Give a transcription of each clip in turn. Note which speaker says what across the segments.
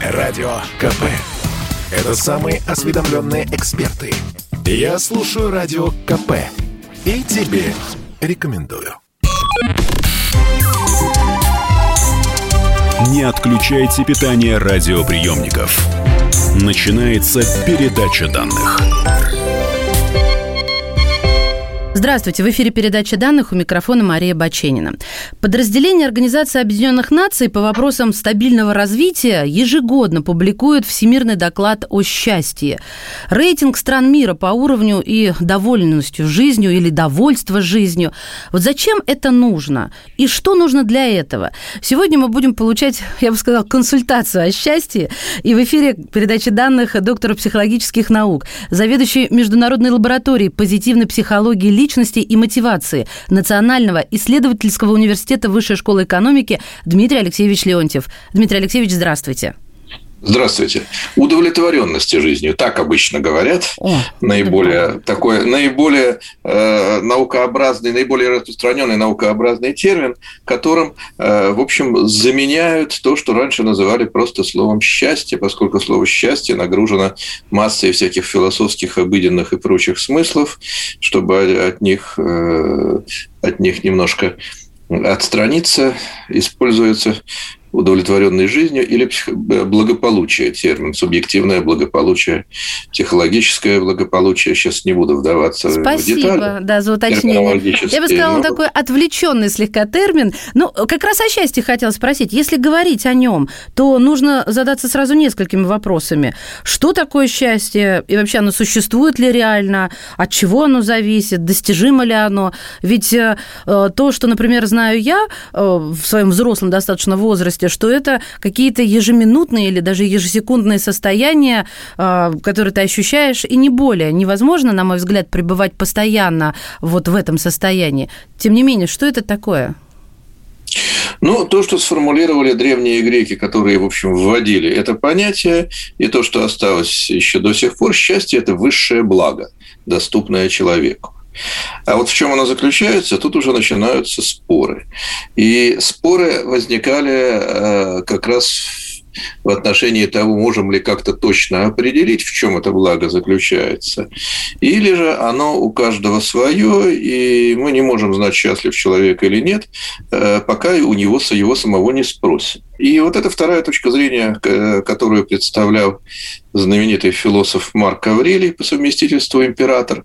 Speaker 1: Радио КП. Это самые осведомленные эксперты. Я слушаю Радио КП и тебе рекомендую.
Speaker 2: Не отключайте питание радиоприемников. Начинается передача данных.
Speaker 3: Здравствуйте, в эфире передача данных, у микрофона Мария Баченина. Подразделение Организации Объединенных Наций по вопросам стабильного развития ежегодно публикует Всемирный доклад о счастье. Рейтинг стран мира по уровню и довольностью жизнью или довольства жизнью. Вот зачем это нужно? И что нужно для этого? Сегодня мы будем получать, я бы сказала, консультацию о счастье. И в эфире передачи данных доктора психологических наук, заведующий Международной лабораторией позитивной психологии личности и мотивации Национального исследовательского университета Высшей школы экономики Дмитрий Алексеевич Леонтьев. Дмитрий Алексеевич, здравствуйте.
Speaker 4: Здравствуйте. Удовлетворенности жизнью, так обычно говорят. Наиболее наукообразный, наиболее распространенный наукообразный термин, которым, в общем, заменяют то, что раньше называли просто словом «счастье», поскольку слово «счастье» нагружено массой всяких философских, обыденных и прочих смыслов, чтобы от них немножко отстраниться, используется удовлетворенной жизнью или благополучие, термин, субъективное благополучие, психологическое благополучие. Сейчас не буду вдаваться в детали.
Speaker 3: Спасибо, да, за уточнение. Я бы сказала, он такой отвлеченный слегка термин. Но как раз о счастье хотела спросить. Если говорить о нем, то нужно задаться сразу несколькими вопросами. Что такое счастье? И вообще оно существует ли реально? От чего оно зависит? Достижимо ли оно? Ведь то, что, например, знаю я в своем взрослом достаточно возрасте, что это какие-то ежеминутные или даже ежесекундные состояния, которые ты ощущаешь, и не более. Невозможно, на мой взгляд, пребывать постоянно вот в этом состоянии. Тем не менее, что это такое?
Speaker 4: То, что сформулировали древние греки, которые, в общем, вводили это понятие, и то, что осталось еще до сих пор, счастье – это высшее благо, доступное человеку. А вот в чем оно заключается, тут уже начинаются споры. И споры возникали как раз в отношении того, можем ли как-то точно определить, в чем это благо заключается. Или же оно у каждого свое, и мы не можем знать, счастлив человек или нет, пока у него его самого не спросим. И вот эта вторая точка зрения, которую представлял знаменитый философ Марк Аврелий, по совместительству император,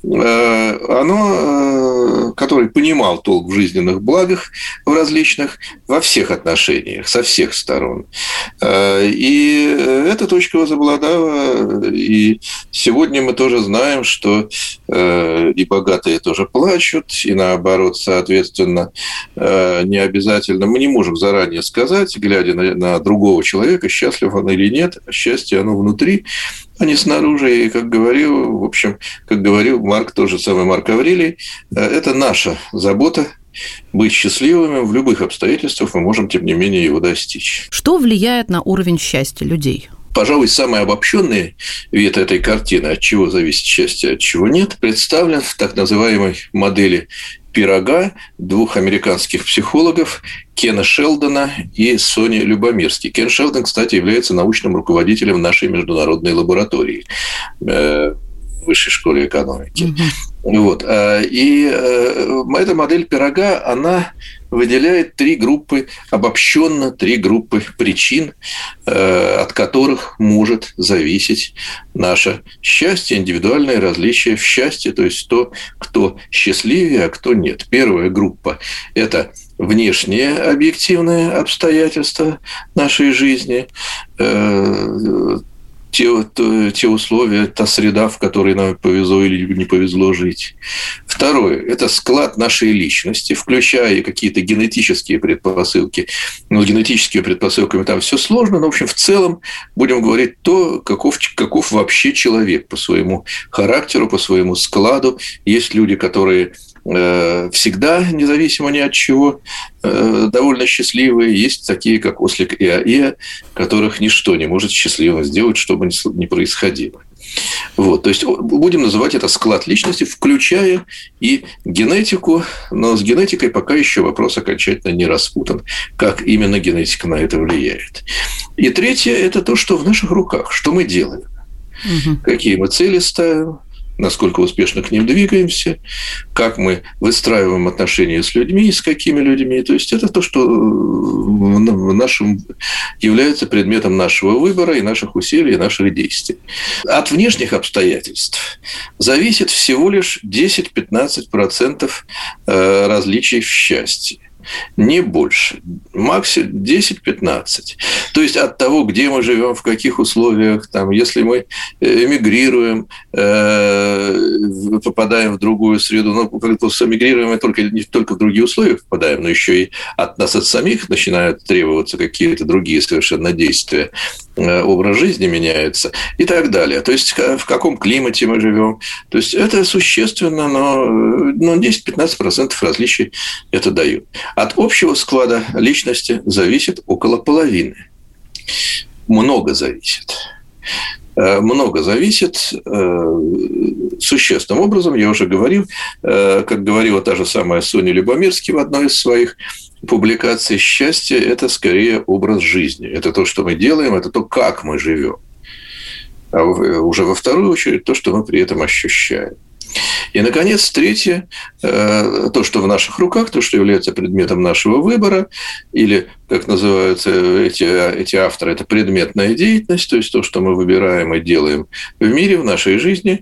Speaker 4: который понимал толк в жизненных благах в различных, во всех отношениях, со всех сторон. И эта точка возобладала, и сегодня мы тоже знаем, что и богатые тоже плачут, и наоборот, соответственно, не обязательно, мы не можем заранее сказать, глядя на другого человека, счастлив он или нет, счастье оно внутри, а не снаружи. И, как говорил Марк, тот же самый Марк Аврелий, это наша забота быть счастливыми в любых обстоятельствах, мы можем, тем не менее, его достичь.
Speaker 3: Что влияет на уровень счастья людей?
Speaker 4: Пожалуй, самый обобщенный вид этой картины, от чего зависит счастье, от чего нет, представлен в так называемой модели пирога двух американских психологов Кена Шелдона и Сони Любомирски. Кен Шелдон, кстати, является научным руководителем нашей международной лаборатории в Высшей школе экономики. Вот. И эта модель пирога, она выделяет обобщенно три группы причин, от которых может зависеть наше счастье, индивидуальное различие в счастье, то есть то, кто счастливее, а кто нет. Первая группа – это внешние объективные обстоятельства нашей жизни, те условия, та среда, в которой нам повезло или не повезло жить. Второе – это склад нашей личности, включая и какие-то генетические предпосылки. Но с генетическими предпосылками там все сложно, но, в общем, в целом будем говорить то, каков вообще человек по своему характеру, по своему складу. Есть люди, которые всегда, независимо ни от чего, довольно счастливые. Есть такие, как ослик Иоиа, которых ничто не может счастливым сделать, что бы ни происходило. Вот, то есть будем называть это склад личности, включая и генетику, но с генетикой пока еще вопрос окончательно не распутан, как именно генетика на это влияет. И третье – это то, что в наших руках, что мы делаем. Какие мы цели ставим, насколько успешно к ним двигаемся, как мы выстраиваем отношения с людьми, с какими людьми. То есть это то, что является предметом нашего выбора и наших усилий, и наших действий. От внешних обстоятельств зависит всего лишь 10-15% различий в счастье. Не больше. Максимум 10-15. То есть от того, где мы живем, в каких условиях, там, если мы эмигрируем, попадаем в другую среду, но эмигрируем мы не только в другие условия попадаем, но еще и от нас, от самих начинают требоваться какие-то другие совершенно действия. Образ жизни меняется и так далее. То есть в каком климате мы живем. То есть это существенно, но 10-15% различий это дают. От общего склада личности зависит около половины. Много зависит. Много зависит существенным образом. Я уже говорил, как говорила та же самая Соня Любомирский в одной из своих публикаций, счастье – это скорее образ жизни. Это то, что мы делаем, это то, как мы живем. А уже во вторую очередь то, что мы при этом ощущаем. И, наконец, третье, то, что в наших руках, то, что является предметом нашего выбора, или, как называются эти авторы, это предметная деятельность, то есть то, что мы выбираем и делаем в мире, в нашей жизни,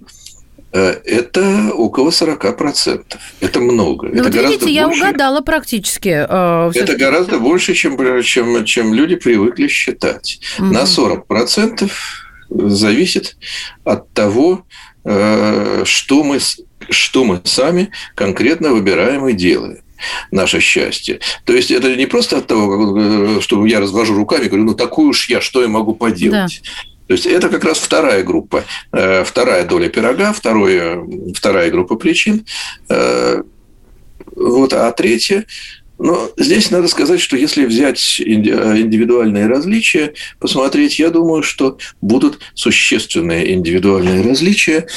Speaker 4: это около 40%. Это много.
Speaker 3: Ну,
Speaker 4: это
Speaker 3: вот
Speaker 4: гораздо
Speaker 3: видите, я
Speaker 4: больше.
Speaker 3: угадала практически.
Speaker 4: Это гораздо больше, чем люди привыкли считать. На 40% зависит от того, что мы сами конкретно выбираем и делаем. Наше счастье. То есть это не просто от того, что я развожу руками и говорю, такой уж я, что я могу поделать. Да. То есть это как раз вторая группа, вторая доля пирога, вторая группа причин. А третья, здесь надо сказать, что если взять индивидуальные различия, посмотреть, я думаю, что будут существенные индивидуальные различия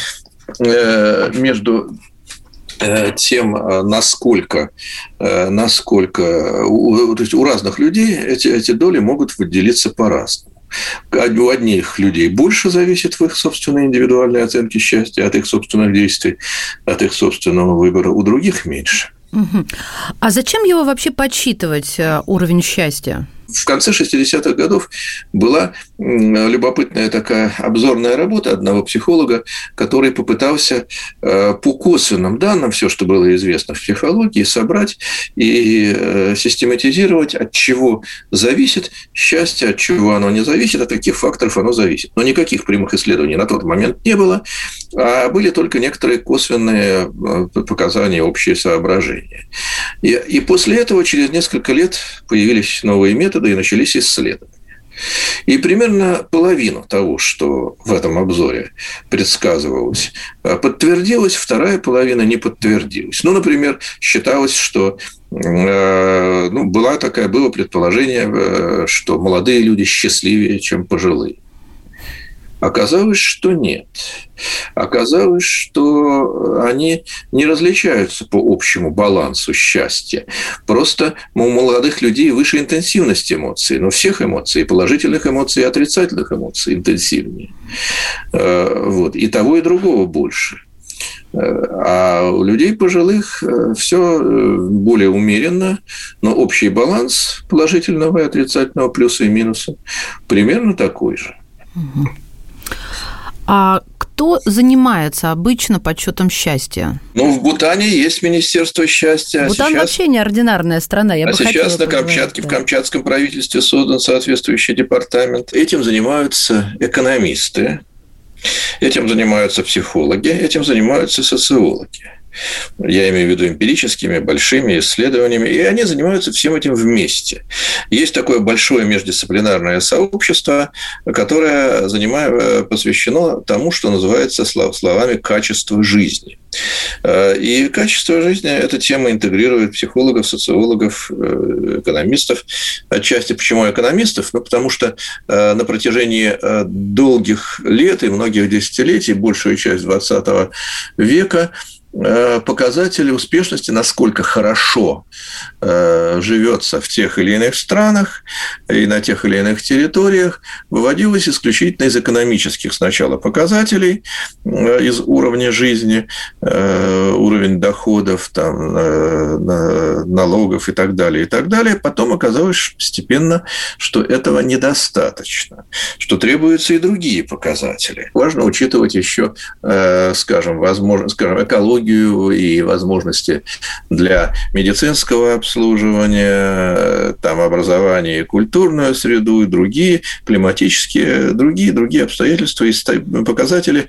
Speaker 4: между тем, насколько то есть у разных людей эти доли могут выделиться по-разному. У одних людей больше зависит в их собственной индивидуальной оценке счастья, от их собственных действий, от их собственного выбора, у других меньше.
Speaker 3: А зачем его вообще подсчитывать, уровень счастья?
Speaker 4: В конце 60-х годов была любопытная такая обзорная работа одного психолога, который попытался по косвенным данным все, что было известно в психологии, собрать и систематизировать, от чего зависит счастье, от чего оно не зависит, от каких факторов оно зависит. Но никаких прямых исследований на тот момент не было, а были только некоторые косвенные показания, общие соображения. И после этого через несколько лет появились новые методы, и начались исследования. И примерно половину того, что в этом обзоре предсказывалось, подтвердилось, вторая половина не подтвердилась. Например, считалось, что было предположение, что молодые люди счастливее, чем пожилые. Оказалось, что нет. Оказалось, что они не различаются по общему балансу счастья. Просто у молодых людей выше интенсивность эмоций, но всех эмоций, положительных эмоций, и отрицательных эмоций интенсивнее. И того, и другого больше. А у людей пожилых все более умеренно, но общий баланс положительного и отрицательного, плюса и минуса, примерно такой же.
Speaker 3: А кто занимается обычно подсчетом счастья?
Speaker 4: В Бутане есть Министерство счастья.
Speaker 3: Бутан вообще неординарная страна.
Speaker 4: Сейчас в камчатском правительстве создан соответствующий департамент. Этим занимаются экономисты, этим занимаются психологи, этим занимаются социологи. Я имею в виду эмпирическими, большими исследованиями, и они занимаются всем этим вместе. Есть такое большое междисциплинарное сообщество, которое посвящено тому, что называется словами «качество жизни». И качество жизни – эта тема интегрирует психологов, социологов, экономистов. Отчасти почему экономистов? Потому что на протяжении долгих лет и многих десятилетий, большую часть XX века, показатели успешности, насколько хорошо живется в тех или иных странах и на тех или иных территориях, выводилось исключительно из экономических сначала показателей, из уровня жизни, уровень доходов, там, налогов и так далее, и так далее. Потом оказалось постепенно, что этого недостаточно, что требуются и другие показатели. Важно учитывать еще, скажем, экологию и возможности для медицинского обслуживания, там, образования и культурную среду, и другие климатические, другие обстоятельства и показатели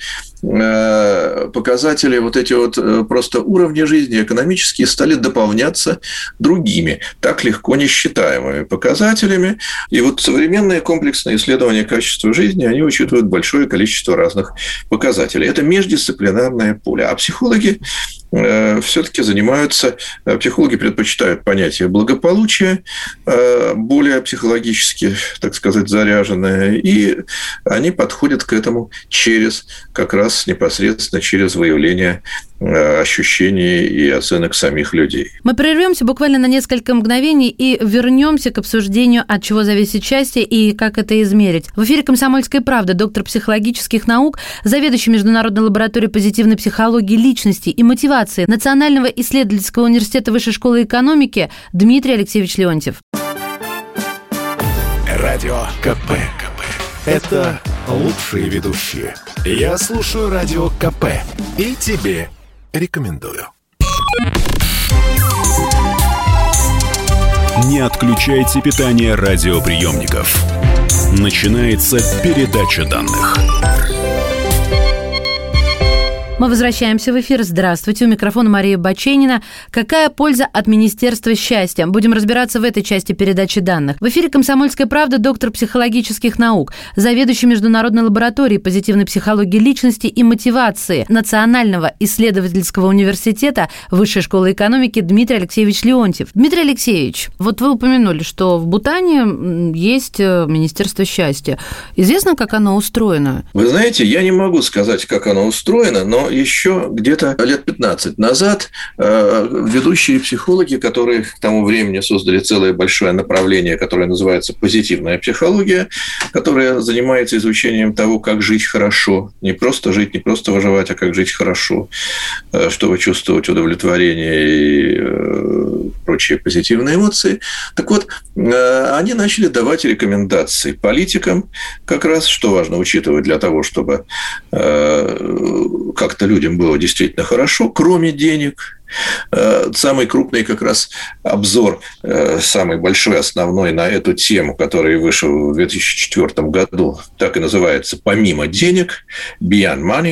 Speaker 4: вот эти вот просто уровни жизни экономические стали дополняться другими, так легко несчитаемыми показателями. И вот современные комплексные исследования качества жизни, они учитывают большое количество разных показателей. Это междисциплинарное поле. А психологи все-таки психологи предпочитают понятие благополучия, более психологически, так сказать, заряженное, и они подходят к этому как раз непосредственно через выявление ощущений и оценок самих людей.
Speaker 3: Мы прервемся буквально на несколько мгновений и вернемся к обсуждению, от чего зависит счастье и как это измерить. В эфире «Комсомольская правда» доктор психологических наук, заведующий Международной лабораторией позитивной психологии личности и мотивации Национального исследовательского университета Высшей школы экономики Дмитрий Алексеевич Леонтьев.
Speaker 1: Радио КП. Это лучшие ведущие. Я слушаю Радио КП и тебе рекомендую.
Speaker 2: Не отключайте питание радиоприемников. Начинается передача данных.
Speaker 3: Мы возвращаемся в эфир. Здравствуйте. У микрофона Мария Баченина. Какая польза от Министерства счастья? Будем разбираться в этой части передачи данных. В эфире «Комсомольская правда» доктор психологических наук, заведующий Международной лабораторией позитивной психологии личности и мотивации Национального исследовательского университета Высшей школы экономики Дмитрий Алексеевич Леонтьев. Дмитрий Алексеевич, вот вы упомянули, что в Бутане есть Министерство счастья. Известно, как оно устроено?
Speaker 4: Вы знаете, я не могу сказать, как оно устроено, но еще где-то лет 15 назад ведущие психологи, которые к тому времени создали целое большое направление, которое называется позитивная психология, которая занимается изучением того, как жить хорошо, не просто жить, не просто выживать, а как жить хорошо, чтобы чувствовать удовлетворение и прочие позитивные эмоции. Так вот, они начали давать рекомендации политикам, как раз, что важно учитывать для того, чтобы как-то людям было действительно хорошо, кроме денег. Самый крупный как раз обзор, самый большой, основной на эту тему, который вышел в 2004 году, так и называется «Помимо денег», «Beyond Money».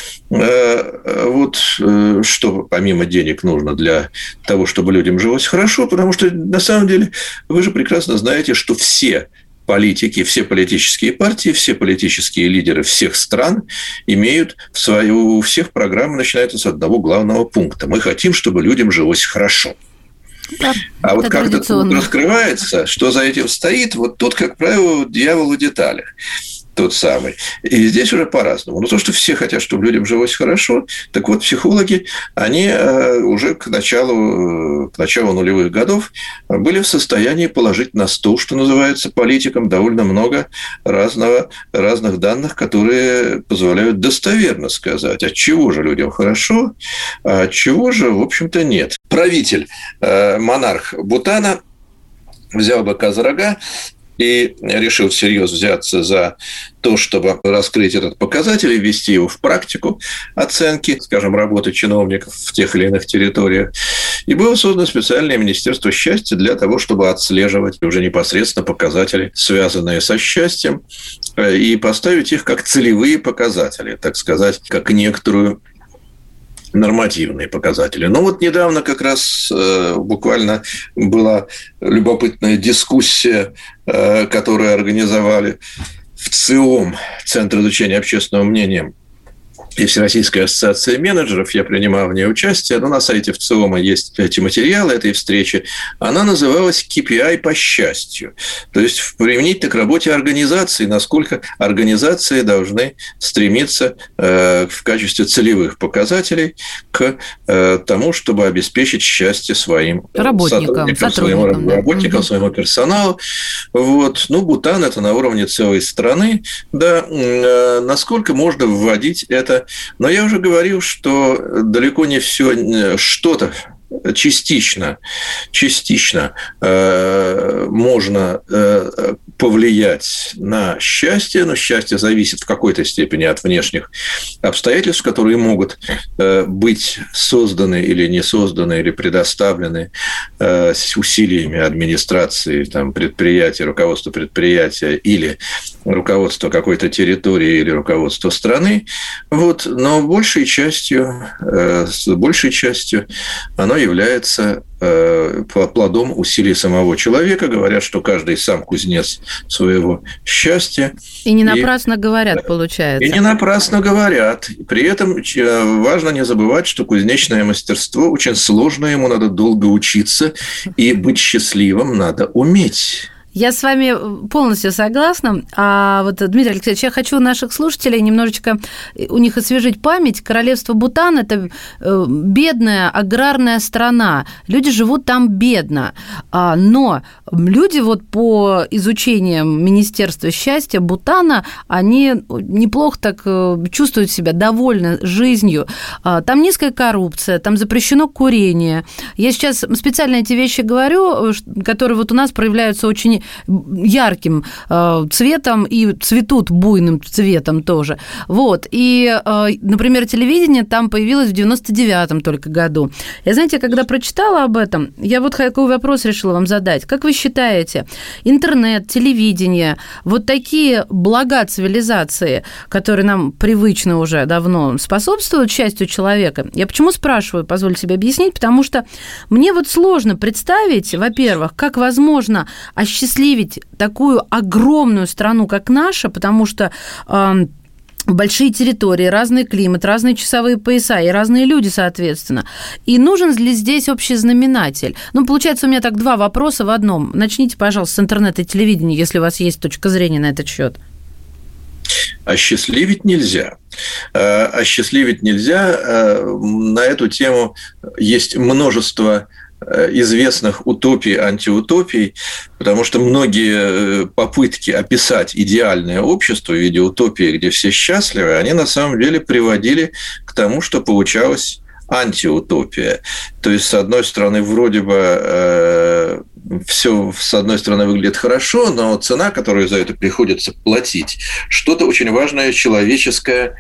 Speaker 4: Вот что помимо денег нужно для того, чтобы людям жилось хорошо, потому что, на самом деле, вы же прекрасно знаете, что все политики, все политические партии, все политические лидеры всех стран имеют у всех программы начинаются с одного главного пункта. Мы хотим, чтобы людям жилось хорошо. Да, а вот как-то тут раскрывается, что за этим стоит, вот тут, как правило, дьявол в деталях. Тот самый. И здесь уже по-разному. Но то, что все хотят, чтобы людям жилось хорошо, так вот, психологи, они уже к началу нулевых годов были в состоянии положить на стол, что называется, политикам довольно много разных данных, которые позволяют достоверно сказать, от чего же людям хорошо, а от чего же, в общем-то, нет. Правитель, монарх Бутана взял быка за рога и решил всерьез взяться за то, чтобы раскрыть этот показатель и ввести его в практику оценки, скажем, работы чиновников в тех или иных территориях. И было создано специальное Министерство счастья для того, чтобы отслеживать уже непосредственно показатели, связанные со счастьем, и поставить их как целевые показатели, так сказать, как некоторую нормативные показатели. Но вот недавно как раз буквально была любопытная дискуссия, которую организовали в ЦИОМ, Центр изучения общественного мнения и Всероссийская ассоциация менеджеров, я принимал в ней участие, но на сайте ВЦИОМа есть эти материалы этой встречи, она называлась KPI по счастью. То есть, применительно к работе организации, насколько организации должны стремиться в качестве целевых показателей к тому, чтобы обеспечить счастье своим сотрудникам, своим работникам, своему персоналу. Вот. Ну, Бутан – это на уровне целой страны. Да, насколько можно вводить это? Но я уже говорил, что далеко не все, что-то частично можно повлиять на счастье, но счастье зависит в какой-то степени от внешних обстоятельств, которые могут быть созданы или не созданы, или предоставлены с усилиями администрации, там, предприятия, руководства предприятия или руководства какой-то территории или руководства страны. Вот. Но большей частью оно является плодом усилий самого человека. Говорят, что каждый сам кузнец своего счастья.
Speaker 3: И не напрасно говорят, получается.
Speaker 4: И не напрасно говорят. При этом важно не забывать, что кузнечное мастерство очень сложно, ему надо долго учиться, и быть счастливым надо уметь.
Speaker 3: Я с вами полностью согласна. А вот, Дмитрий Алексеевич, я хочу наших слушателей немножечко у них освежить память. Королевство Бутан – это бедная аграрная страна. Люди живут там бедно. Но люди вот по изучениям Министерства счастья Бутана, они неплохо так чувствуют себя довольны жизнью. Там низкая коррупция, там запрещено курение. Я сейчас специально эти вещи говорю, которые вот у нас проявляются очень ярким цветом и цветут буйным цветом тоже. Вот. И, например, телевидение там появилось в 99-м только году. Я, знаете, когда прочитала об этом, я вот какой вопрос решила вам задать. Как вы считаете, интернет, телевидение, вот такие блага цивилизации, которые нам привычны уже давно, способствуют счастью человека? Я почему спрашиваю, позвольте себе объяснить, потому что мне вот сложно представить, во-первых, как возможно осчастливить такую огромную страну, как наша, потому что большие территории, разный климат, разные часовые пояса и разные люди, соответственно. И нужен ли здесь общий знаменатель? Ну, получается, у меня так два вопроса в одном. Начните, пожалуйста, с интернета и телевидения, если у вас есть точка зрения на этот счет.
Speaker 4: Осчастливить нельзя. Осчастливить нельзя. На эту тему есть множество известных утопий, антиутопий, потому что многие попытки описать идеальное общество в виде утопии, где все счастливы, они на самом деле приводили к тому, что получалось антиутопия. То есть, с одной стороны, вроде бы все, с одной стороны, выглядит хорошо, но цена, которую за это приходится платить, что-то очень важное человеческое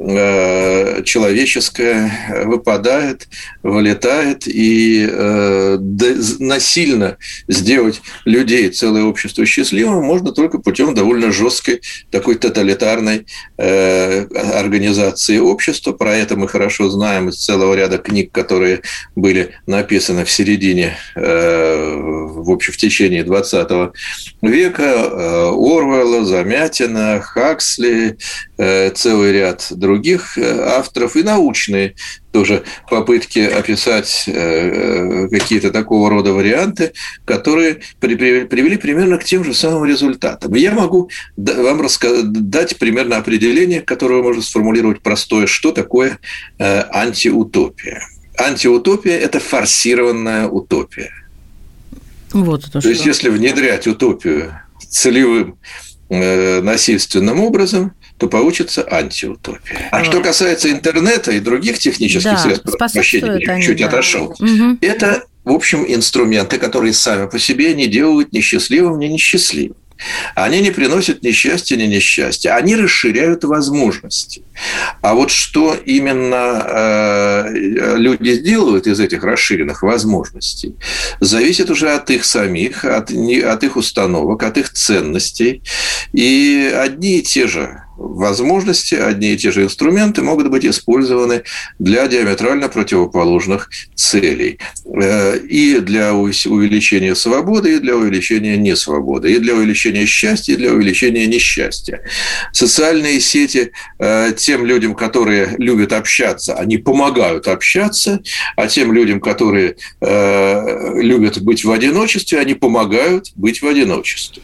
Speaker 4: выпадает, вылетает, и насильно сделать людей, целое общество счастливым можно только путем довольно жесткой такой тоталитарной организации общества. Про это мы хорошо знаем из целого ряда книг, которые были написаны в середине, в общем, в течение 20 века. Оруэлла, Замятина, Хаксли, целый ряд других авторов, и научные тоже попытки описать какие-то такого рода варианты, которые привели примерно к тем же самым результатам. И я могу вам дать примерно определение, которое можно сформулировать простое, что такое антиутопия. Антиутопия – это форсированная утопия.
Speaker 3: Вот это.
Speaker 4: То есть, если внедрять утопию целевым насильственным образом, то получится антиутопия. А что касается интернета и других технических средств, прощения, я чуть отошел, это, в общем, инструменты, которые сами по себе не делают ни счастливым, ни несчастливым. Они не приносят ни счастья, ни несчастья. Они расширяют возможности. А вот что именно люди сделают из этих расширенных возможностей, зависит уже от их самих, от их установок, от их ценностей. И одни и те же возможности, одни и те же инструменты могут быть использованы для диаметрально противоположных целей. И для увеличения свободы, и для увеличения несвободы, и для увеличения счастья, и для увеличения несчастья. Социальные сети тем людям, которые любят общаться, они помогают общаться, а тем людям, которые любят быть в одиночестве, они помогают быть в одиночестве.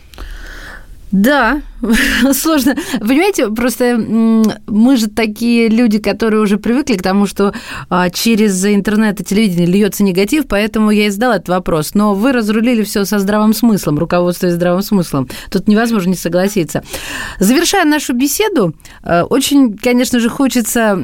Speaker 3: Да, сложно. Понимаете, просто мы же такие люди, которые уже привыкли к тому, что через интернет и телевидение льется негатив, поэтому я и задала этот вопрос. Но вы разрулили все со здравым смыслом, руководствуясь здравым смыслом. Тут невозможно не согласиться. Завершая нашу беседу, очень, конечно же, хочется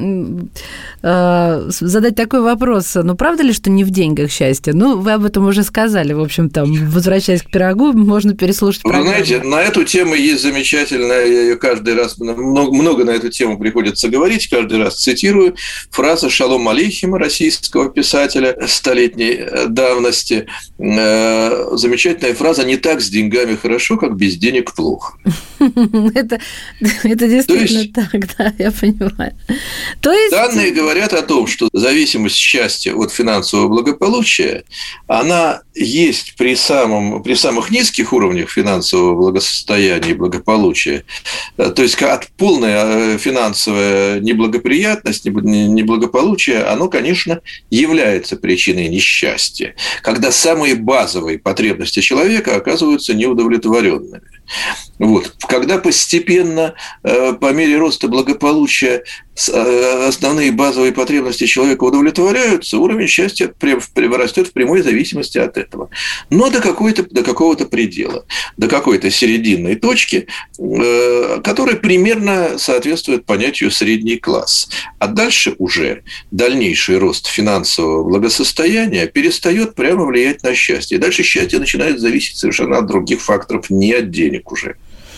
Speaker 3: задать такой вопрос. Ну, правда ли, что не в деньгах счастье? Ну, вы об этом уже сказали. В общем-то, возвращаясь к пирогу, можно переслушать программу.
Speaker 4: Вы знаете, на эту тему есть замечательная, я ее каждый раз, много на эту тему приходится говорить, каждый раз цитирую, фраза Шолом Алейхема, российского писателя столетней давности. Замечательная фраза: «Не так с деньгами хорошо, как без денег плохо».
Speaker 3: Это действительно так, да, я понимаю.
Speaker 4: Данные говорят о том, что зависимость счастья от финансового благополучия, она есть при самых низких уровнях финансового благосостояния и благополучия. То есть от полная финансовая неблагоприятность, неблагополучие, оно, конечно, является причиной несчастья, когда самые базовые потребности человека оказываются неудовлетворенными. Вот. Когда постепенно, по мере роста благополучия, основные базовые потребности человека удовлетворяются, уровень счастья растет в прямой зависимости от этого. Но до какого-то предела, до какой-то серединной точки, которая примерно соответствует понятию средний класс. А дальше уже дальнейший рост финансового благосостояния перестает прямо влиять на счастье. И дальше счастье начинает зависеть совершенно от других факторов, не от денег уже.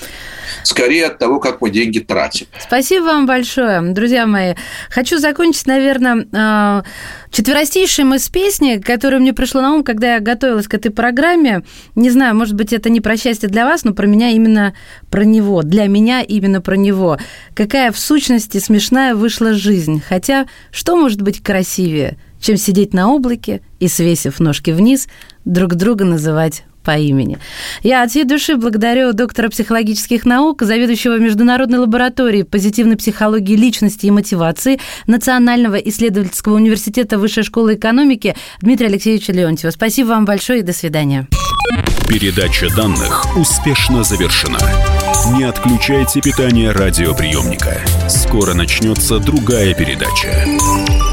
Speaker 4: Скорее от того, как мы деньги тратим.
Speaker 3: Спасибо вам большое, друзья мои. Хочу закончить, наверное, четверостишием из песни, которая мне пришла на ум, когда я готовилась к этой программе. Не знаю, может быть, это не про счастье для вас, но про меня именно про него. Для меня именно про него. Какая в сущности смешная вышла жизнь. Хотя, что может быть красивее, чем сидеть на облаке и, свесив ножки вниз, друг друга называть по имени. Я от всей души благодарю доктора психологических наук, заведующего Международной лабораторией позитивной психологии личности и мотивации Национального исследовательского университета Высшей школы экономики Дмитрия Алексеевича Леонтьева. Спасибо вам большое и до свидания.
Speaker 2: Передача данных успешно завершена. Не отключайте питание радиоприемника. Скоро начнется другая передача.